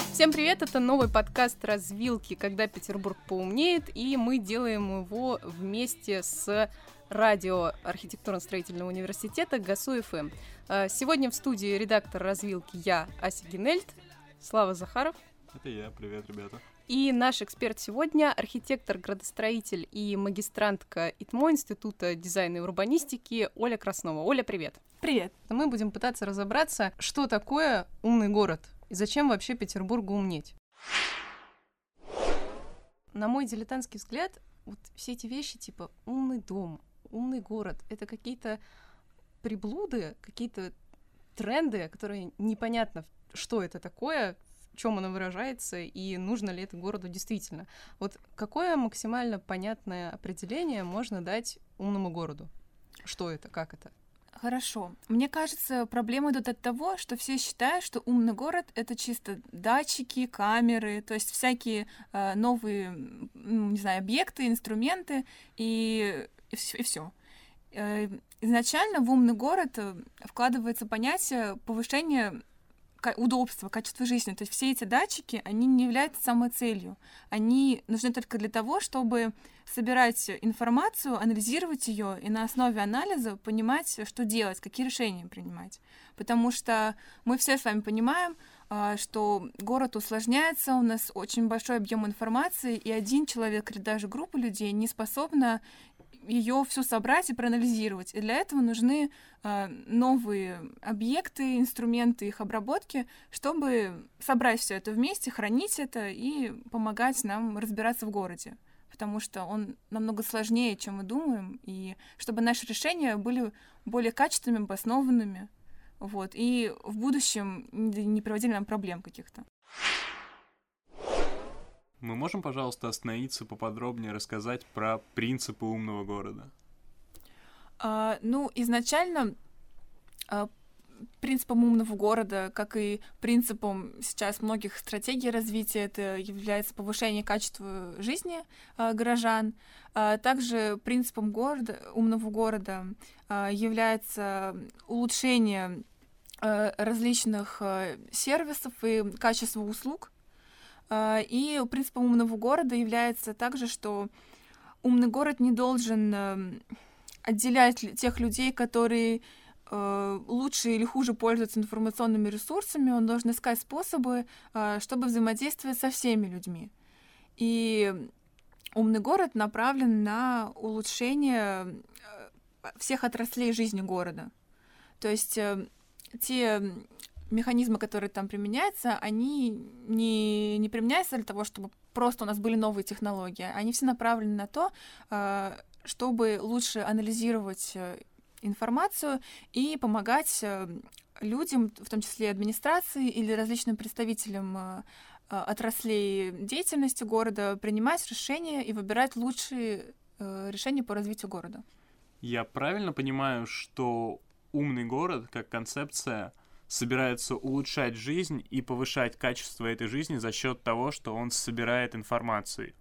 Всем привет, это новый подкаст «Развилки», когда Петербург поумнеет, и мы делаем его вместе с радио архитектурно-строительного университета ГАСУ-ФМ. Сегодня в студии редактор «Развилки» я, Ася Генельд, Слава Захаров. Это я, привет, ребята. И наш эксперт сегодня — архитектор, градостроитель и магистрантка ИТМО Института дизайна и урбанистики Оля Краснова. Оля, привет. Привет. Мы будем пытаться разобраться, что такое умный город и зачем вообще Петербургу умнеть. На мой дилетантский взгляд, вот все эти вещи типа умный дом, умный город — это какие-то приблуды, какие-то тренды, которые непонятно, что это такое, в чем оно выражается и нужно ли это городу действительно. Вот какое максимально понятное определение можно дать умному городу? Что это, как это? Хорошо. Мне кажется, проблема идет от того, что все считают, что умный город — это чисто датчики, камеры, то есть всякие новые, не знаю, объекты, инструменты и все. Изначально в умный город вкладывается понятие повышения удобства, качества жизни. То есть все эти датчики, они не являются самой целью. Они нужны только для того, чтобы собирать информацию, анализировать ее и на основе анализа понимать, что делать, какие решения принимать. Потому что мы все с вами понимаем, что город усложняется, у нас очень большой объем информации, и один человек или даже группа людей не способна ее всю собрать и проанализировать. И для этого нужны новые объекты, инструменты их обработки, чтобы собрать все это вместе, хранить это и помогать нам разбираться в городе. Потому что он намного сложнее, чем мы думаем, и чтобы наши решения были более качественными, обоснованными, вот, и в будущем не приводили нам проблем каких-то. Мы можем, пожалуйста, остановиться поподробнее, рассказать про принципы умного города? Изначально принципом умного города, как и принципом сейчас многих стратегий развития, это является повышение качества жизни горожан. Также принципом умного города является улучшение различных сервисов и качества услуг. И принципом умного города является также, что умный город не должен отделять тех людей, которые лучше или хуже пользуются информационными ресурсами. Он должен искать способы, чтобы взаимодействовать со всеми людьми. И умный город направлен на улучшение всех отраслей жизни города. То есть те механизмы, которые там применяются, они не применяются для того, чтобы просто у нас были новые технологии. Они все направлены на то, чтобы лучше анализировать информацию и помогать людям, в том числе администрации или различным представителям отраслей деятельности города, принимать решения и выбирать лучшие решения по развитию города. Я правильно понимаю, что умный город, как концепция, собирается улучшать жизнь и повышать качество этой жизни за счет того, что он собирает информацию?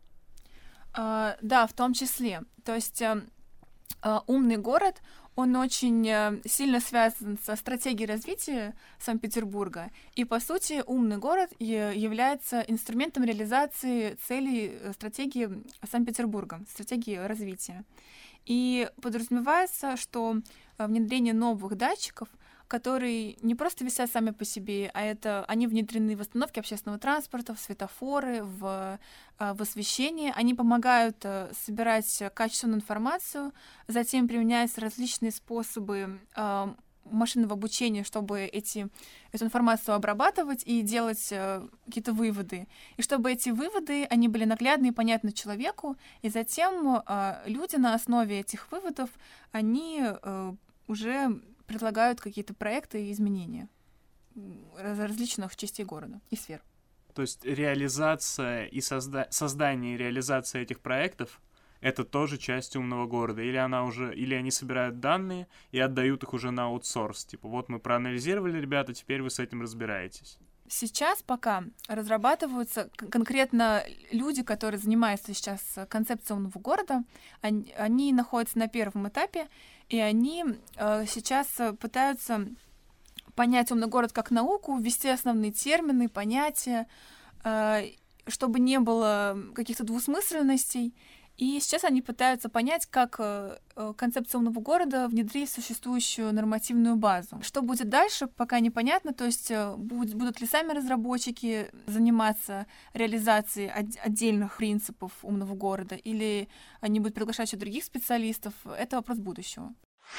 Да, в том числе. То есть умный город, он очень сильно связан со стратегией развития Санкт-Петербурга. И, по сути, умный город является инструментом реализации целей стратегии Санкт-Петербурга, стратегии развития. И подразумевается, что внедрение новых датчиков, которые не просто висят сами по себе, а они внедрены в остановки общественного транспорта, в светофоры, в освещение. Они помогают собирать качественную информацию, затем применяются различные способы машинного обучения, чтобы эту информацию обрабатывать и делать какие-то выводы. И чтобы эти выводы, они были наглядны и понятны человеку, и затем люди на основе этих выводов, они уже предлагают какие-то проекты и изменения различных частей города и сфер. То есть реализация и создание и реализация этих проектов — это тоже часть умного города? Или они собирают данные и отдают их уже на аутсорс? Типа, вот мы проанализировали, ребята, теперь вы с этим разбираетесь. Сейчас пока разрабатываются конкретно люди, которые занимаются сейчас концепцией умного города, они находятся на первом этапе, и они сейчас пытаются понять умный город как науку, ввести основные термины, понятия, чтобы не было каких-то двусмысленностей. И сейчас они пытаются понять, как концепция умного города внедрить в существующую нормативную базу. Что будет дальше, пока непонятно. То есть будут ли сами разработчики заниматься реализацией отдельных принципов умного города, или они будут приглашать еще других специалистов. Это вопрос будущего.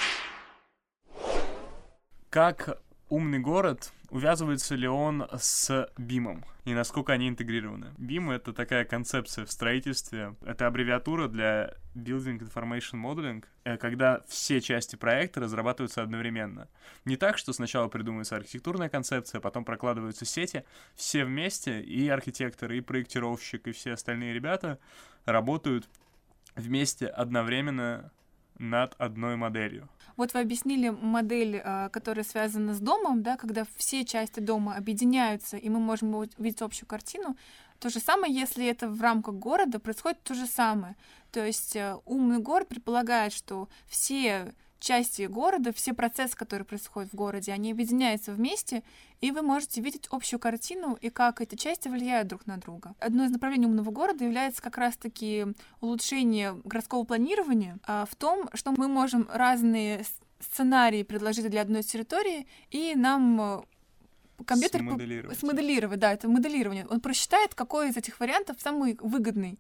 Как умный город, увязывается ли он с BIM, и насколько они интегрированы? BIM — это такая концепция в строительстве, это аббревиатура для Building Information Modeling, когда все части проекта разрабатываются одновременно. Не так, что сначала придумывается архитектурная концепция, потом прокладываются сети, все вместе, и архитекторы, и проектировщик, и все остальные ребята работают вместе одновременно над одной моделью. Вот вы объяснили модель, которая связана с домом, да, когда все части дома объединяются, и мы можем увидеть общую картину. То же самое, если это в рамках города, происходит то же самое. То есть умный город предполагает, что все части города, все процессы, которые происходят в городе, они объединяются вместе, и вы можете видеть общую картину и как эти части влияют друг на друга. Одно из направлений умного города является как раз-таки улучшение городского планирования в том, что мы можем разные сценарии предложить для одной территории, и нам компьютер смоделировать, да, это моделирование. Он просчитает, какой из этих вариантов самый выгодный.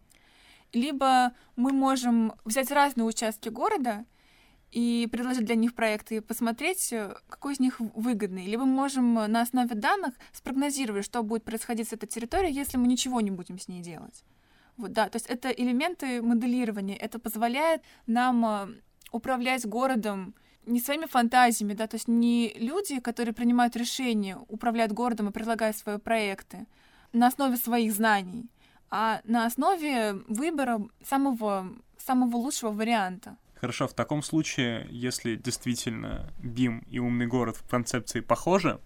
Либо мы можем взять разные участки города и предложить для них проекты и посмотреть, какой из них выгодный. Либо мы можем на основе данных спрогнозировать, что будет происходить с этой территорией, если мы ничего не будем с ней делать. Вот, да, то есть это элементы моделирования. Это позволяет нам управлять городом не своими фантазиями, да, то есть не люди, которые принимают решения, управляют городом и предлагают свои проекты на основе своих знаний, а на основе выбора самого лучшего варианта. Хорошо, в таком случае, если действительно BIM и умный город в концепции похожи,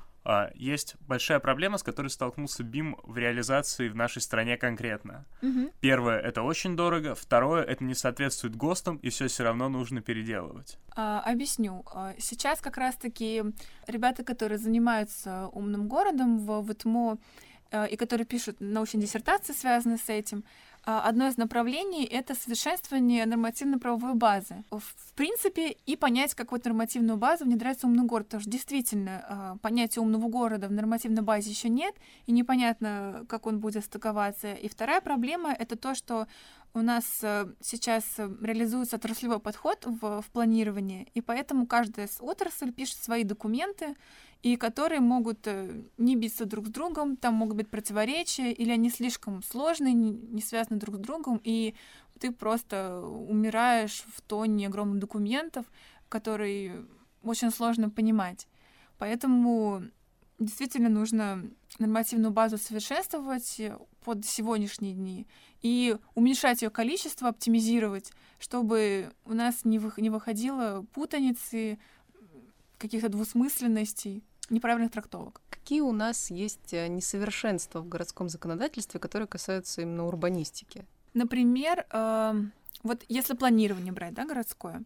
есть большая проблема, с которой столкнулся BIM в реализации в нашей стране конкретно. Первое — это очень дорого, второе — это не соответствует ГОСТам, и все равно нужно переделывать. Объясню. Сейчас как раз-таки ребята, которые занимаются умным городом в ВТМО и которые пишут научные диссертации, связанные с этим, одно из направлений — это совершенствование нормативно-правовой базы. В принципе, и понять, как вот нормативную базу внедряется умный город, потому что действительно понятия умного города в нормативной базе еще нет, и непонятно, как он будет стыковаться. И вторая проблема — это то, что у нас сейчас реализуется отраслевой подход в планировании, и поэтому каждая отрасль пишет свои документы, и которые могут не биться друг с другом, там могут быть противоречия, или они слишком сложные, не связаны друг с другом, и ты просто умираешь в тоне огромных документов, которые очень сложно понимать. Поэтому действительно нужно нормативную базу совершенствовать под сегодняшние дни и уменьшать ее количество, оптимизировать, чтобы у нас не выходило путаницы, каких-то двусмысленностей, неправильных трактовок. Какие у нас есть несовершенства в городском законодательстве, которые касаются именно урбанистики? Например, вот если планирование брать, да, городское,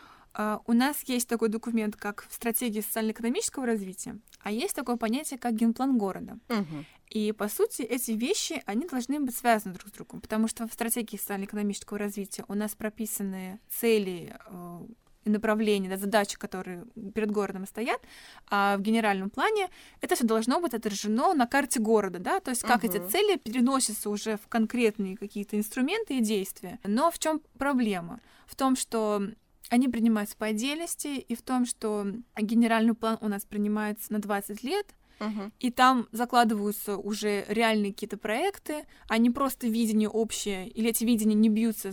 у нас есть такой документ, как стратегия социально-экономического развития, а есть такое понятие, как генплан города. И, по сути, эти вещи, они должны быть связаны друг с другом, потому что в стратегии социально-экономического развития у нас прописаны цели и направления, да, задачи, которые перед городом стоят, а в генеральном плане это все должно быть отражено на карте города, да, то есть как эти цели переносятся уже в конкретные какие-то инструменты и действия. Но в чем проблема? В том, что они принимаются по отдельности, и в том, что генеральный план у нас принимается на 20 лет, и там закладываются уже реальные какие-то проекты, а не просто видение общее, или эти видения не бьются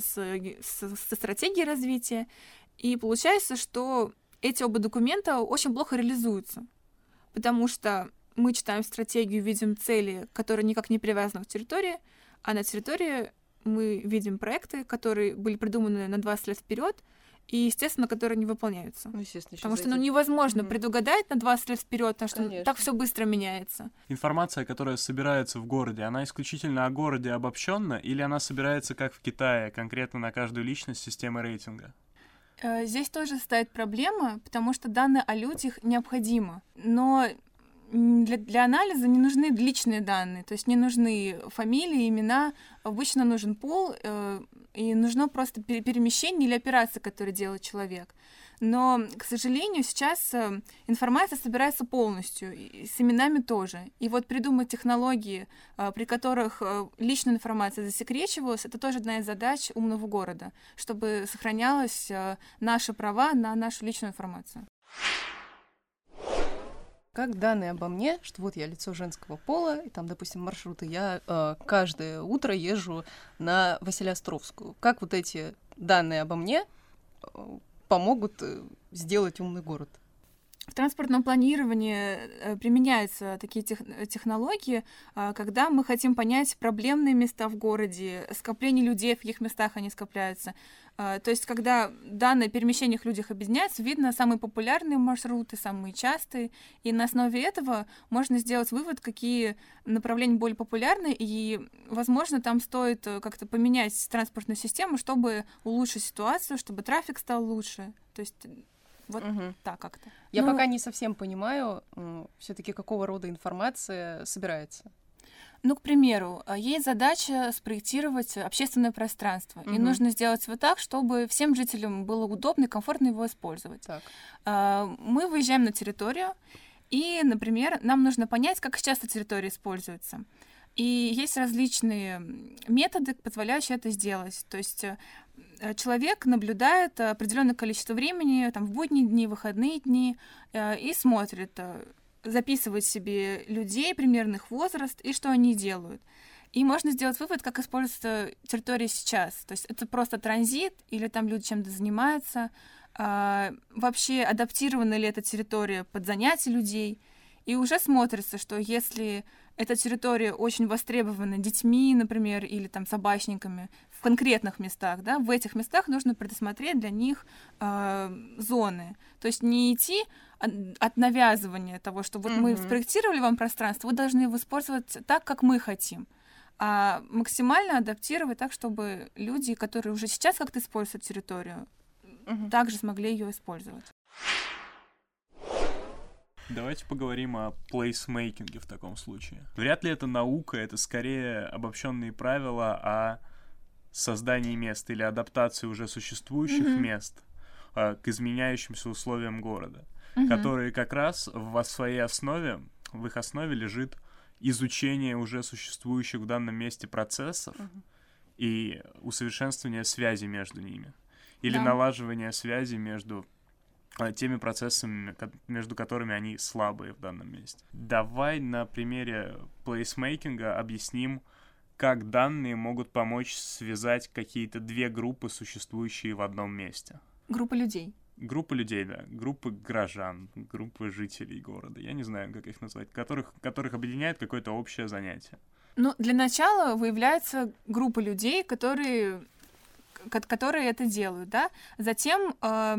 со стратегией развития. И получается, что эти оба документа очень плохо реализуются, потому что мы читаем стратегию, видим цели, которые никак не привязаны к территории, а на территории мы видим проекты, которые были придуманы на 20 лет вперед, и, естественно, которые не выполняются. Потому что невозможно предугадать на 20 лет вперед, потому что так все быстро меняется. Информация, которая собирается в городе, она исключительно о городе обобщенна, или она собирается, как в Китае, конкретно на каждую личность системы рейтинга? Здесь тоже стоит проблема, потому что данные о людях необходимо. Но для анализа не нужны личные данные, то есть не нужны фамилии, имена, обычно нужен пол, и нужно просто перемещение или операция, которую делает человек. Но, к сожалению, сейчас информация собирается полностью, и с именами тоже. И вот придумать технологии, при которых личная информация засекречивалась, это тоже одна из задач умного города, чтобы сохранялись наши права на нашу личную информацию. Как данные обо мне, что вот я лицо женского пола, и там, допустим, маршруты, я каждое утро езжу на Василиостровскую. Как вот эти данные обо мне помогут сделать умный город? В транспортном планировании применяются такие технологии, когда мы хотим понять проблемные места в городе, скопление людей, в каких местах они скопляются. То есть, когда данные о перемещениях людях объединяются, видно самые популярные маршруты, самые частые, и на основе этого можно сделать вывод, какие направления более популярны, и, возможно, там стоит как-то поменять транспортную систему, чтобы улучшить ситуацию, чтобы трафик стал лучше. То есть вот так как-то. Я пока не совсем понимаю, все-таки какого рода информация собирается. Ну, к примеру, есть задача спроектировать общественное пространство, и нужно сделать вот так, чтобы всем жителям было удобно и комфортно его использовать. Так. Мы выезжаем на территорию, и, например, нам нужно понять, как часто территория используется. И есть различные методы, позволяющие это сделать. То есть человек наблюдает определенное количество времени, там, в будние дни, выходные дни, и смотрит, записывает себе людей, примерно их возраст, и что они делают. И можно сделать вывод, как используется территория сейчас. То есть это просто транзит, или там люди чем-то занимаются, вообще адаптирована ли эта территория под занятия людей. И уже смотрится, что если эта территория очень востребована детьми, например, или там собачниками в конкретных местах, да, в этих местах нужно предусмотреть для них зоны. То есть не идти от навязывания того, что вот мы спроектировали вам пространство, вы должны его использовать так, как мы хотим, а максимально адаптировать так, чтобы люди, которые уже сейчас как-то используют территорию, также смогли ее использовать. Давайте поговорим о плейсмейкинге в таком случае. Вряд ли это наука, это скорее обобщенные правила о создании мест или адаптации уже существующих мест к изменяющимся условиям города, которые как раз в своей основе, в их основе лежит изучение уже существующих в данном месте процессов и усовершенствование связи между ними. Или налаживание связи между теми процессами, между которыми они слабые в данном месте. Давай на примере плейсмейкинга объясним, как данные могут помочь связать какие-то две группы, существующие в одном месте. Группа людей. Группы людей, да. Группы горожан, группы жителей города. Я не знаю, как их назвать. Которых объединяет какое-то общее занятие. Ну, для начала выявляется группа людей, которые это делают, да. Затем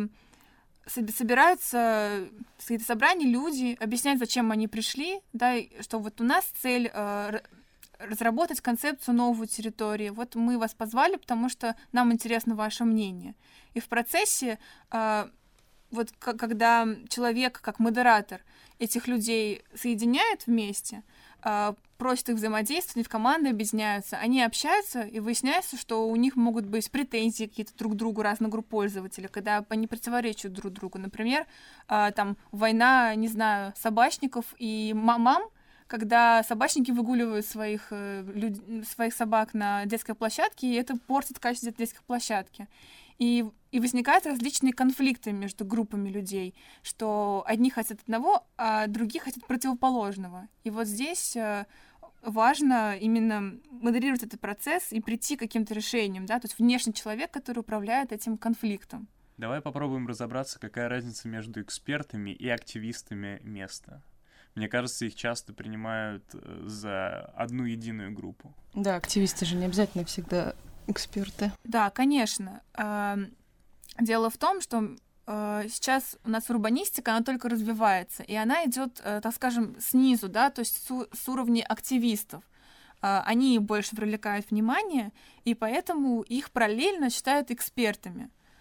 собираются какие-то собрания, люди объясняют, зачем они пришли, да, что вот у нас цель разработать концепцию новой территории. Вот мы вас позвали, потому что нам интересно ваше мнение. И в процессе, вот когда человек, как модератор, этих людей соединяет вместе, просит их взаимодействовать, в команды объединяются, они общаются, и выясняется, что у них могут быть претензии какие-то друг к другу разных групп пользователей, когда они противоречат друг другу. Например, там война, не знаю, собачников и мам, когда собачники выгуливают своих собак на детской площадке, и это портит качество детской площадки. И возникают различные конфликты между группами людей, что одни хотят одного, а другие хотят противоположного. И вот здесь важно именно модерировать этот процесс и прийти к каким-то решениям, да, то есть внешний человек, который управляет этим конфликтом. Давай попробуем разобраться, какая разница между экспертами и активистами места. Мне кажется, их часто принимают за одну единую группу. Да, активисты же не обязательно всегда эксперты. Да, конечно. Дело в том, что сейчас у нас урбанистика, она только развивается, и она идет, так скажем, снизу, да, то есть с уровня активистов. Они больше привлекают внимание, и поэтому их параллельно считают экспертами.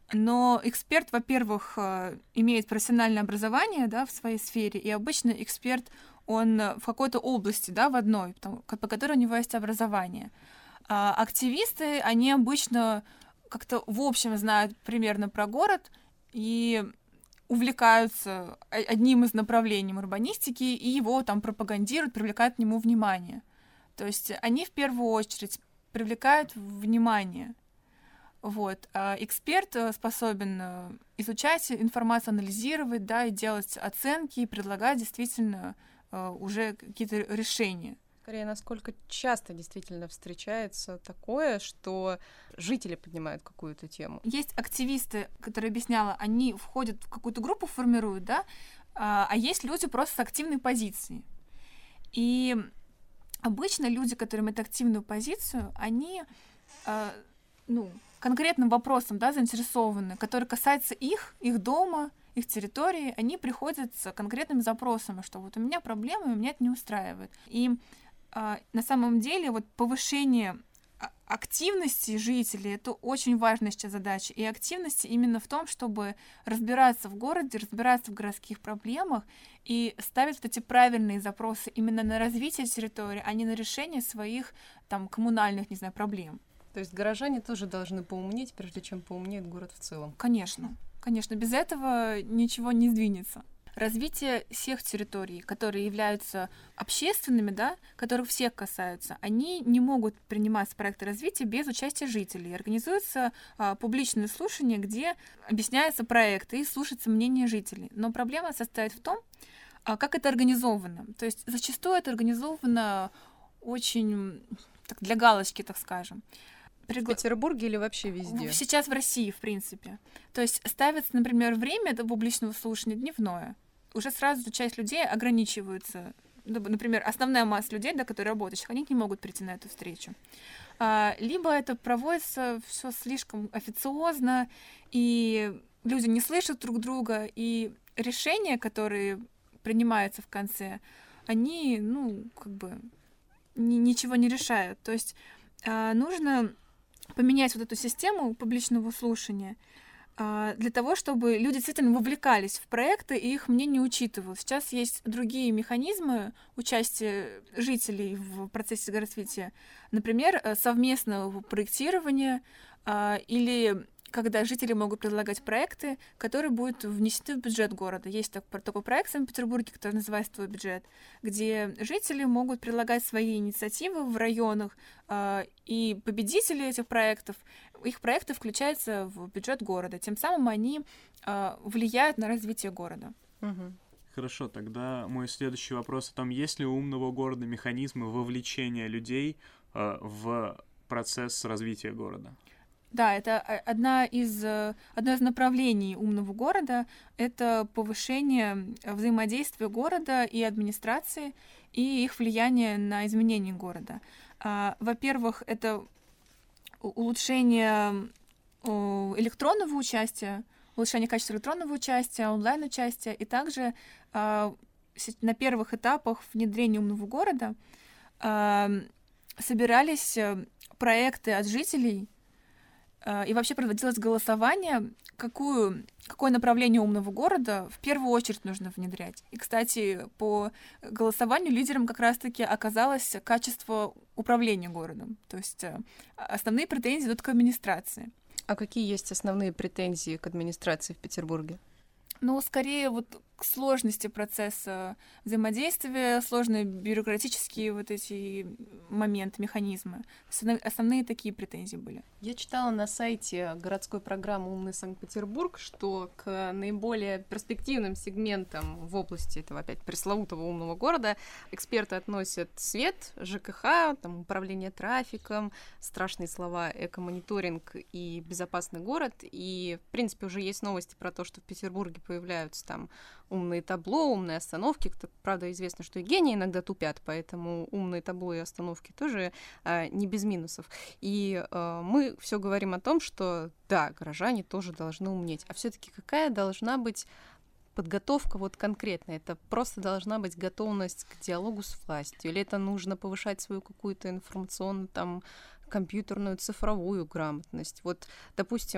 Но эксперт, во-первых, имеет профессиональное образование, да, в своей сфере, и обычно эксперт, он в какой-то области, да, в одной, по которой у него есть образование. А активисты, они обычно как-то в общем знают примерно про город и увлекаются одним из направлений урбанистики и его там пропагандируют, привлекают к нему внимание. То есть они в первую очередь привлекают внимание. Вот. А эксперт способен изучать информацию, анализировать, да, и делать оценки, и предлагать действительно уже какие-то решения. Скорее, насколько часто действительно встречается такое, что жители поднимают какую-то тему? Есть активисты, которые объясняла, они входят в какую-то группу, формируют, да, а есть люди просто с активной позицией. И обычно люди, которые имеют активную позицию, они конкретным вопросом, да, заинтересованы, который касается их дома, их территории, они приходят с конкретными запросами, что вот у меня проблемы, меня это не устраивает. И на самом деле вот повышение активности жителей — это очень важная сейчас задача. И активности именно в том, чтобы разбираться в городе, разбираться в городских проблемах и ставить вот эти правильные запросы именно на развитие территории, а не на решение своих там коммунальных, не знаю, проблем. То есть горожане тоже должны поумнеть, прежде чем поумнеет город в целом. Конечно, конечно, без этого ничего не сдвинется. Развитие всех территорий, которые являются общественными, да, которых всех касаются, они не могут принимать проекты развития без участия жителей. Организуются публичные слушания, где объясняются проекты и слушается мнение жителей. Но проблема состоит в том, как это организовано. То есть зачастую это организовано очень так, для галочки, так скажем. В Петербурге или вообще везде? Сейчас в России, в принципе. То есть ставится, например, время до публичного слушания дневное. Уже сразу часть людей ограничиваются. Например, основная масса людей, да, которые работают, они не могут прийти на эту встречу. Либо это проводится все слишком официозно, и люди не слышат друг друга, и решения, которые принимаются в конце, они, ничего не решают. То есть нужно поменять вот эту систему публичного слушания для того, чтобы люди действительно вовлекались в проекты и их мнение учитывалось. Сейчас есть другие механизмы участия жителей в процессе гороразвития. Например, совместного проектирования или когда жители могут предлагать проекты, которые будут внесены в бюджет города. Есть такой проект в Санкт-Петербурге, который называется «Твой бюджет», где жители могут предлагать свои инициативы в районах, и победители этих проектов, их проекты включаются в бюджет города. Тем самым они влияют на развитие города. Угу. Хорошо, тогда мой следующий вопрос о том, есть ли у умного города механизмы вовлечения людей в процесс развития города? Да, это одно из направлений умного города — это повышение взаимодействия города и администрации и их влияние на изменение города. Во-первых, это улучшение электронного участия, улучшение качества электронного участия, онлайн-участия, и также на первых этапах внедрения умного города собирались проекты от жителей, и вообще проводилось голосование, какое направление умного города в первую очередь нужно внедрять. И, кстати, по голосованию лидером как раз-таки оказалось качество управления городом. То есть основные претензии идут к администрации. А какие есть основные претензии к администрации в Петербурге? Скорее к сложности процесса взаимодействия, сложные бюрократические вот эти моменты, механизмы. Основные такие претензии были. Я читала на сайте городской программы «Умный Санкт-Петербург», что к наиболее перспективным сегментам в области этого опять пресловутого умного города эксперты относят свет, ЖКХ, управление трафиком, страшные слова «экомониторинг» и «безопасный город». И, в принципе, уже есть новости про то, что в Петербурге появляются там умные табло, умные остановки. Правда, известно, что и гении иногда тупят, поэтому умные табло и остановки тоже не без минусов. И мы все говорим о том, что да, горожане тоже должны умнеть. А все-таки какая должна быть подготовка вот конкретно? Это просто должна быть готовность к диалогу с властью? Или это нужно повышать свою какую-то информационную, компьютерную, цифровую грамотность? Вот, допустим,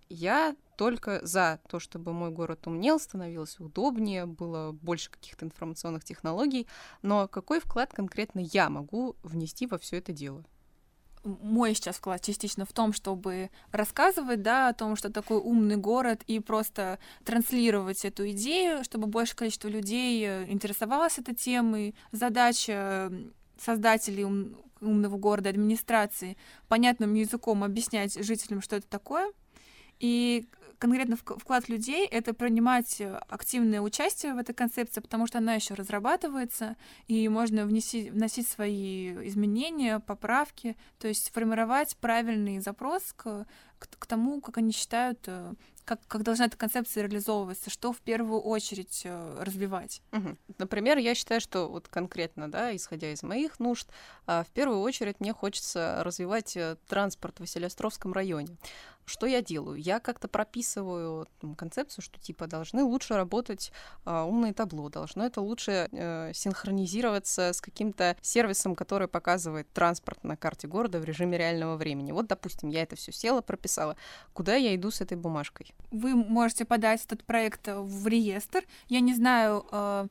Я только за то, чтобы мой город умнел, становился удобнее, было больше каких-то информационных технологий. Но какой вклад конкретно я могу внести во все это дело? Мой сейчас вклад частично в том, чтобы рассказывать, да, о том, что такой умный город, и просто транслировать эту идею, чтобы большее количество людей интересовалось этой темой. Задача создателей умного города, администрации, понятным языком объяснять жителям, что это такое. И конкретно вклад людей — это принимать активное участие в этой концепции, потому что она еще разрабатывается, и можно вносить свои изменения, поправки, то есть формировать правильный запрос к тому, как они считают, как должна эта концепция реализовываться, что в первую очередь развивать. Угу. Например, я считаю, что вот конкретно, да, исходя из моих нужд, в первую очередь мне хочется развивать транспорт в Василеостровском районе. Что я делаю? Я как-то прописываю концепцию, что типа должны лучше работать умные табло, должно это лучше синхронизироваться с каким-то сервисом, который показывает транспорт на карте города в режиме реального времени. Вот, допустим, я это все села, прописала. Куда я иду с этой бумажкой? Вы можете подать этот проект в реестр. Я не знаю,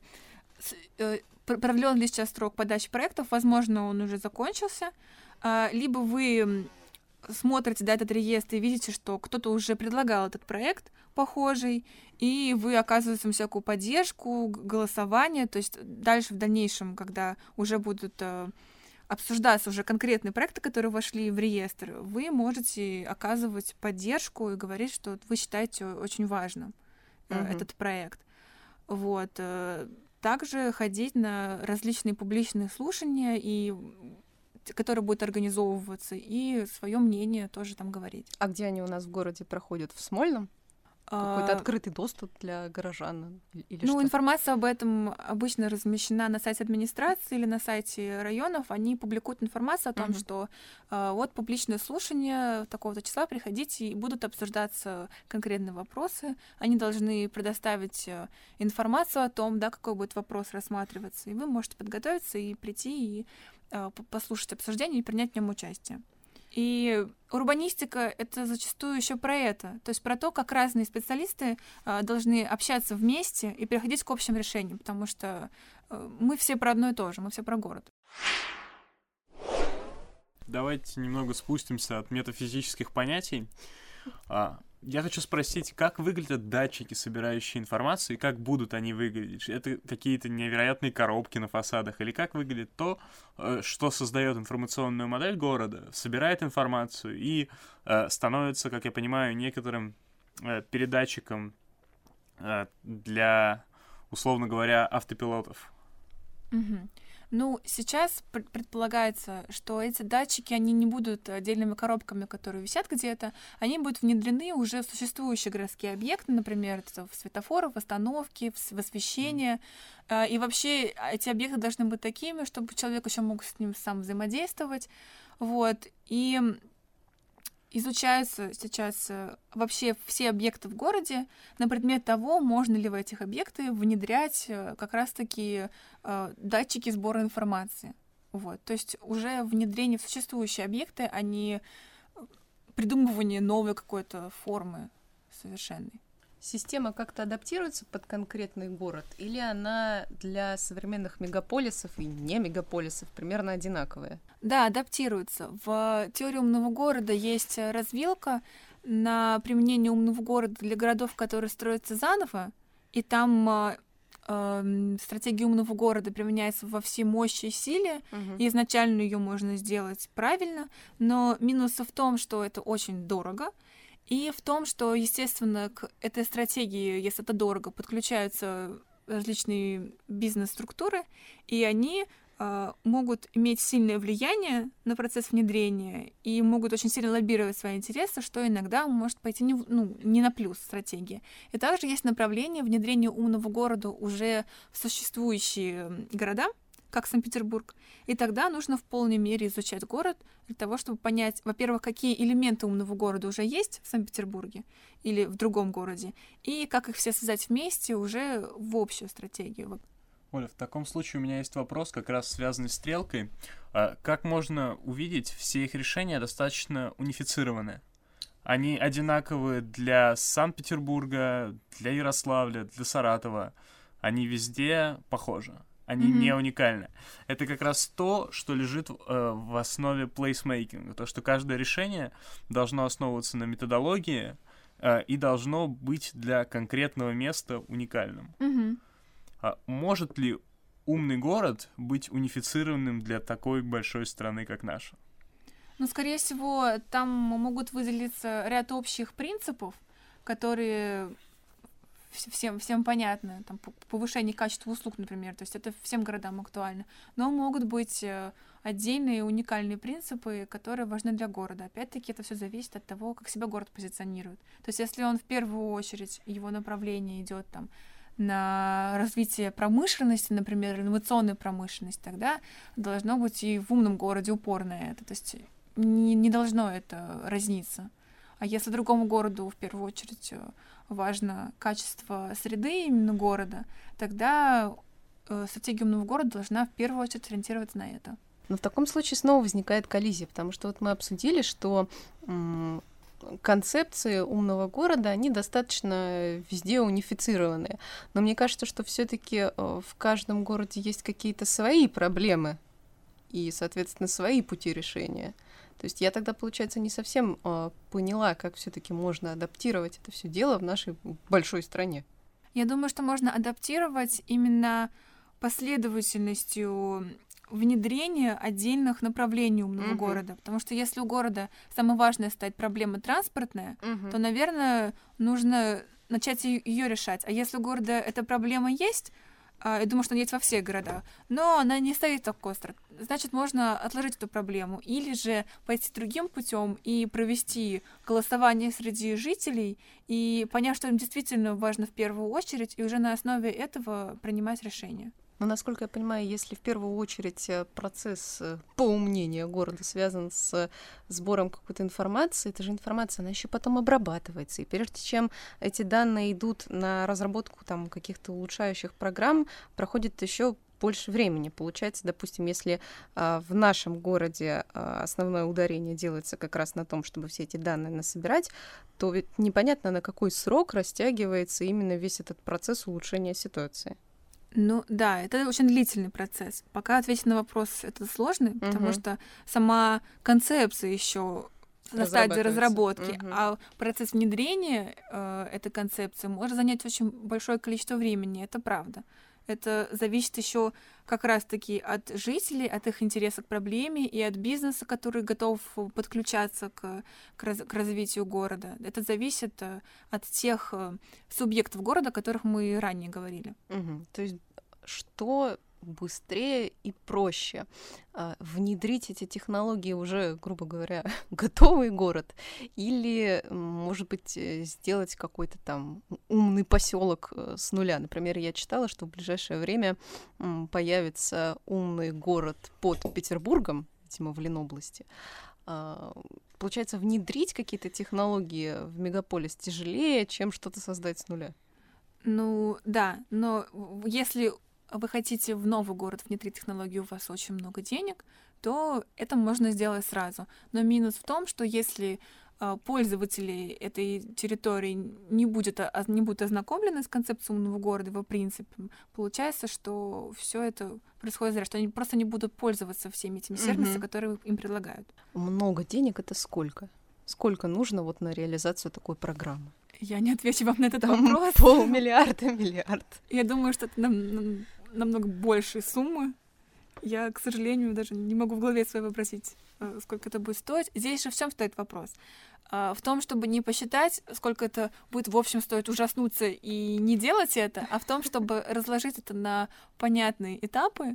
продлен ли сейчас срок подачи проектов, возможно, он уже закончился. Либо вы смотрите, да, этот реестр и видите, что кто-то уже предлагал этот проект похожий, и вы оказываете им всякую поддержку, голосование, то есть дальше в дальнейшем, когда уже будут обсуждаться уже конкретные проекты, которые вошли в реестр, вы можете оказывать поддержку и говорить, что вы считаете очень важным этот проект. Вот. Также ходить на различные публичные слушания, которые будут организовываться, и свое мнение тоже там говорить. А где они у нас в городе проходят? В Смольном? Какой-то открытый доступ для горожан? Или что? Информация об этом обычно размещена на сайте администрации или на сайте районов. Они публикуют информацию о том, что вот публичное слушание такого-то числа, приходите, и будут обсуждаться конкретные вопросы. Они должны предоставить информацию о том, да, какой будет вопрос рассматриваться. И вы можете подготовиться и прийти, и послушать обсуждение и принять в нем участие. И урбанистика — это зачастую еще про это, то есть про то, как разные специалисты должны общаться вместе и приходить к общим решениям, потому что мы все про одно и то же, мы все про город. Давайте немного спустимся от метафизических понятий. Я хочу спросить, как выглядят датчики, собирающие информацию, и как будут они выглядеть? Это какие-то невероятные коробки на фасадах? Или как выглядит то, что создает информационную модель города, собирает информацию и становится, как я понимаю, некоторым передатчиком для, условно говоря, автопилотов? Сейчас предполагается, что эти датчики, они не будут отдельными коробками, которые висят где-то, они будут внедрены уже в существующие городские объекты, например, в светофоры, в остановки, в освещение. И вообще эти объекты должны быть такими, чтобы человек еще мог с ним сам взаимодействовать. Вот. И изучаются сейчас вообще все объекты в городе на предмет того, можно ли в этих объектах внедрять как раз-таки датчики сбора информации. Вот. То есть уже внедрение в существующие объекты, а не придумывание новой какой-то формы совершенной. Система как-то адаптируется под конкретный город, или она для современных мегаполисов и не мегаполисов примерно одинаковая? Да, адаптируется. В теории умного города есть развилка на применение умного города для городов, которые строятся заново, и там стратегия умного города применяется во всей мощи и силе, и изначально ее можно сделать правильно, но минусы в том, что это очень дорого, и в том, что, естественно, к этой стратегии, если это дорого, подключаются различные бизнес-структуры, и они могут иметь сильное влияние на процесс внедрения и могут очень сильно лоббировать свои интересы, что иногда может пойти не на плюс стратегии. И также есть направление внедрения умного города уже в существующие города, как Санкт-Петербург, и тогда нужно в полной мере изучать город для того, чтобы понять, во-первых, какие элементы умного города уже есть в Санкт-Петербурге или в другом городе, и как их все связать вместе уже в общую стратегию. Оля, в таком случае у меня есть вопрос, как раз связанный с стрелкой. Как можно увидеть, все их решения достаточно унифицированы? Они одинаковые для Санкт-Петербурга, для Ярославля, для Саратова. Они везде похожи. Они не уникальны. Это как раз то, что лежит в основе плейсмейкинга. То, что каждое решение должно основываться на методологии и должно быть для конкретного места уникальным. Может ли умный город быть унифицированным для такой большой страны, как наша? Ну, скорее всего, там могут выделиться ряд общих принципов, которые всем понятно, там, повышение качества услуг, например, то есть это всем городам актуально, но могут быть отдельные уникальные принципы, которые важны для города. Опять-таки, это все зависит от того, как себя город позиционирует. То есть если он в первую очередь, его направление идет там на развитие промышленности, например, инновационной промышленности, тогда должно быть и в умном городе упор на это, то есть не должно это разниться. А если другому городу в первую очередь важно качество среды именно города, тогда стратегия умного города должна в первую очередь ориентироваться на это. Но в таком случае снова возникает коллизия, потому что вот мы обсудили, что концепции умного города, они достаточно везде унифицированные. Но мне кажется, что все-таки в каждом городе есть какие-то свои проблемы и, соответственно, свои пути решения. То есть я тогда, получается, не совсем поняла, как все-таки можно адаптировать это все дело в нашей большой стране. Я думаю, что можно адаптировать именно последовательностью внедрения отдельных направлений умного города. Потому что если у города самое важное стоит проблема транспортная, то, наверное, нужно начать ее решать. А если у города эта проблема есть, я думаю, что она есть во всех городах, но она не стоит так остро, значит, можно отложить эту проблему или же пойти другим путем и провести голосование среди жителей и понять, что им действительно важно в первую очередь, и уже на основе этого принимать решение. Но, насколько я понимаю, если в первую очередь процесс поумнения города связан с сбором какой-то информации, эта же информация, она еще потом обрабатывается. И прежде чем эти данные идут на разработку там, каких-то улучшающих программ, проходит еще больше времени. Получается, допустим, если в нашем городе основное ударение делается как раз на том, чтобы все эти данные насобирать, то ведь непонятно, на какой срок растягивается именно весь этот процесс улучшения ситуации. Ну да, это очень длительный процесс. Пока ответить на вопрос это сложно, потому что сама концепция еще на стадии разработки, а процесс внедрения этой концепции может занять очень большое количество времени, это правда. Это зависит еще как раз-таки от жителей, от их интереса к проблеме и от бизнеса, который готов подключаться к развитию города. Это зависит от тех субъектов города, о которых мы ранее говорили. То есть что быстрее и проще внедрить эти технологии уже, грубо говоря, готовый город, или, может быть, сделать какой-то там умный поселок с нуля. Например, я читала, что в ближайшее время появится умный город под Петербургом, видимо, в Ленобласти. Получается, внедрить какие-то технологии в мегаполис тяжелее, чем что-то создать с нуля. Ну да, но если вы хотите в новый город внедрить технологию, у вас очень много денег, то это можно сделать сразу. Но минус в том, что если пользователи этой территории не будут ознакомлены с концепцией умного города, его принципом, получается, что все это происходит зря, что они просто не будут пользоваться всеми этими сервисами, которые им предлагают. Много денег — это сколько? Сколько нужно вот на реализацию такой программы? Я не отвечу вам на этот вопрос. 500 000 миллиард. Я думаю, что это намного большие суммы. Я, к сожалению, даже не могу в голове своей вопросить, сколько это будет стоить. Здесь же в чем стоит вопрос? В том, чтобы не посчитать, сколько это будет в общем стоить, ужаснуться и не делать это, а в том, чтобы разложить это на понятные этапы,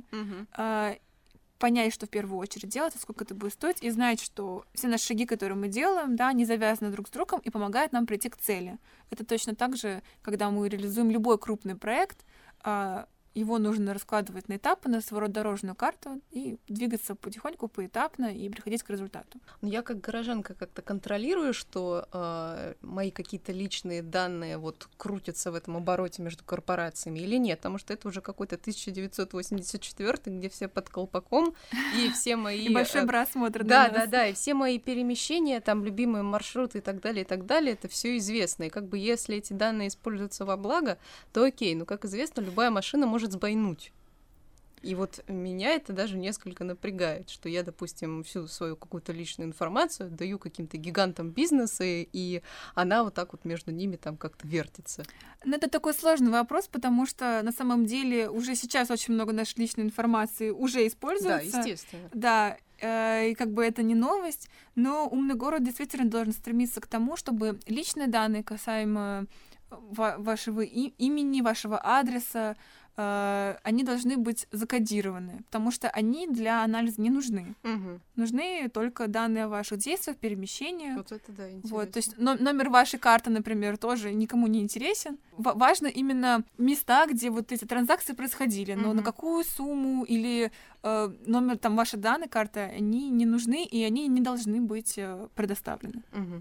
понять, что в первую очередь делать, и сколько это будет стоить, и знать, что все наши шаги, которые мы делаем, да, они завязаны друг с другом и помогают нам прийти к цели. Это точно так же, когда мы реализуем любой крупный проект, его нужно раскладывать на этапы, на своего рода дорожную карту и двигаться потихоньку, поэтапно и приходить к результату. Я как горожанка как-то контролирую, что мои какие-то личные данные вот крутятся в этом обороте между корпорациями или нет, потому что это уже какой-то 1984, где все под колпаком, и все мои... И большой брат смотрит на нас. Да, и все мои перемещения, там, любимые маршруты и так далее, это все известно. И как бы если эти данные используются во благо, то окей, но, как известно, любая машина может сбойнуть. И вот меня это даже несколько напрягает, что я, допустим, всю свою какую-то личную информацию даю каким-то гигантам бизнеса, и она вот так вот между ними там как-то вертится. Но это такой сложный вопрос, потому что на самом деле уже сейчас очень много нашей личной информации уже используется. Да, естественно. Да, и как бы это не новость, но умный город действительно должен стремиться к тому, чтобы личные данные касаемо вашего имени, вашего адреса, они должны быть закодированы, потому что они для анализа не нужны. Угу. Нужны только данные о ваших действиях, перемещениях. Вот это да, интересно. Вот, то есть номер вашей карты, например, тоже никому не интересен. Важно именно места, где вот эти транзакции происходили, но на какую сумму или номер там вашей данной карты, они не нужны и они не должны быть предоставлены. Угу.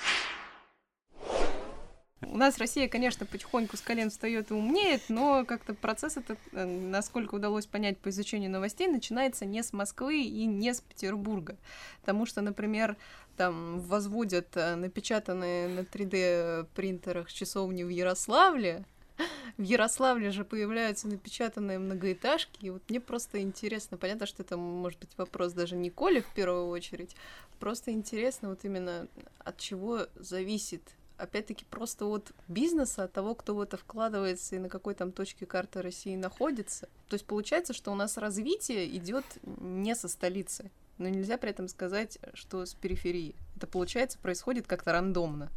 У нас Россия, конечно, потихоньку с колен встает и умнеет, но как-то процесс этот, насколько удалось понять по изучению новостей, начинается не с Москвы и не с Петербурга. Потому что, например, там возводят напечатанные на 3D-принтерах часовни в Ярославле. В Ярославле же появляются напечатанные многоэтажки, и вот мне просто интересно, понятно, что это может быть вопрос даже не Коле в первую очередь, просто интересно вот именно от чего зависит опять-таки просто от бизнеса, от того, кто в это вкладывается и на какой там точке карты России находится. То есть получается, что у нас развитие идет не со столицы, но нельзя при этом сказать, что с периферии. Это, получается, происходит как-то рандомно.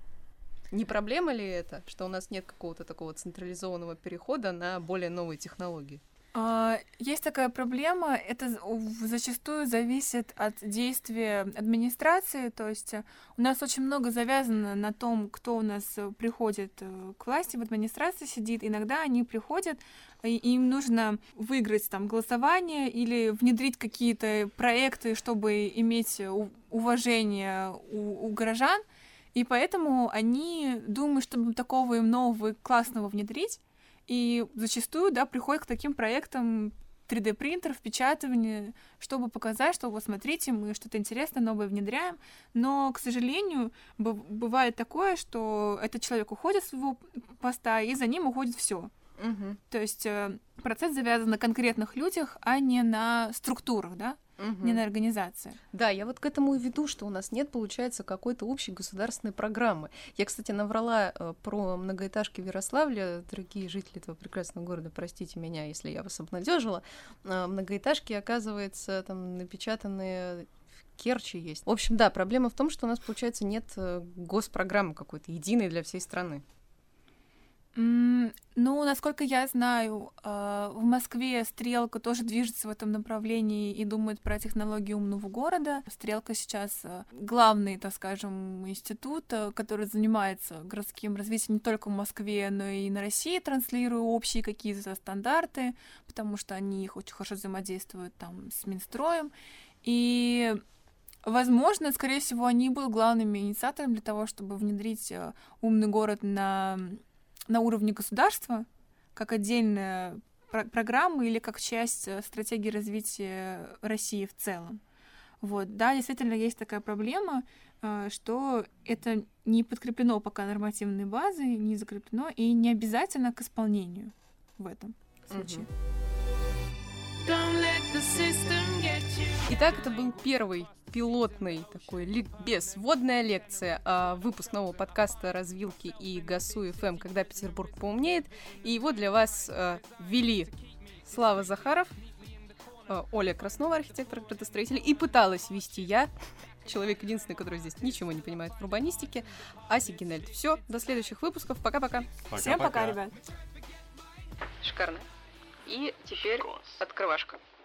Не проблема ли это, что у нас нет какого-то такого централизованного перехода на более новые технологии? Есть такая проблема, это зачастую зависит от действия администрации, то есть у нас очень много завязано на том, кто у нас приходит к власти, в администрации сидит, иногда они приходят, и им нужно выиграть там голосование или внедрить какие-то проекты, чтобы иметь уважение у горожан, и поэтому они думают, чтобы такого им нового классного внедрить, и зачастую, да, приходят к таким проектам 3D-принтер, впечатывание, чтобы показать, что вот смотрите, мы что-то интересное, новое внедряем. Но, к сожалению, бывает такое, что этот человек уходит с своего поста, и за ним уходит все. Угу. То есть процесс завязан на конкретных людях, а не на структурах, да? Не на организации. Да, я вот к этому и веду, что у нас нет, получается, какой-то общей государственной программы. Я, кстати, наврала про многоэтажки в Ярославле. Дорогие жители этого прекрасного города, простите меня, если я вас обнадежила. Многоэтажки, оказывается, там напечатанные в Керчи есть. В общем, да, проблема в том, что у нас, получается, нет госпрограммы какой-то единой для всей страны. Ну, насколько я знаю, в Москве Стрелка тоже движется в этом направлении и думает про технологии умного города. Стрелка сейчас главный, так скажем, институт, который занимается городским развитием не только в Москве, но и на России, транслируя общие какие-то стандарты, потому что они их очень хорошо взаимодействуют там с Минстроем. И возможно, скорее всего, они будут главными инициаторами для того, чтобы внедрить умный город на уровне государства, как отдельная программа или как часть стратегии развития России в целом. Вот. Да, действительно, есть такая проблема, что это не подкреплено пока нормативной базой, не закреплено и не обязательно к исполнению в этом случае. Итак, это был первый пилотный такой ликбез, вводная лекция, выпуск нового подкаста «Развилки» и ГАСУ ФМ «Когда Петербург поумнеет». И его для вас вели Слава Захаров, Оля Краснова, архитектор-градостроитель, и пыталась вести я, человек единственный, который здесь ничего не понимает в урбанистике, Ася Генельд. Все, до следующих выпусков. Пока-пока. Всем пока, ребят. Шикарно. И теперь открывашка.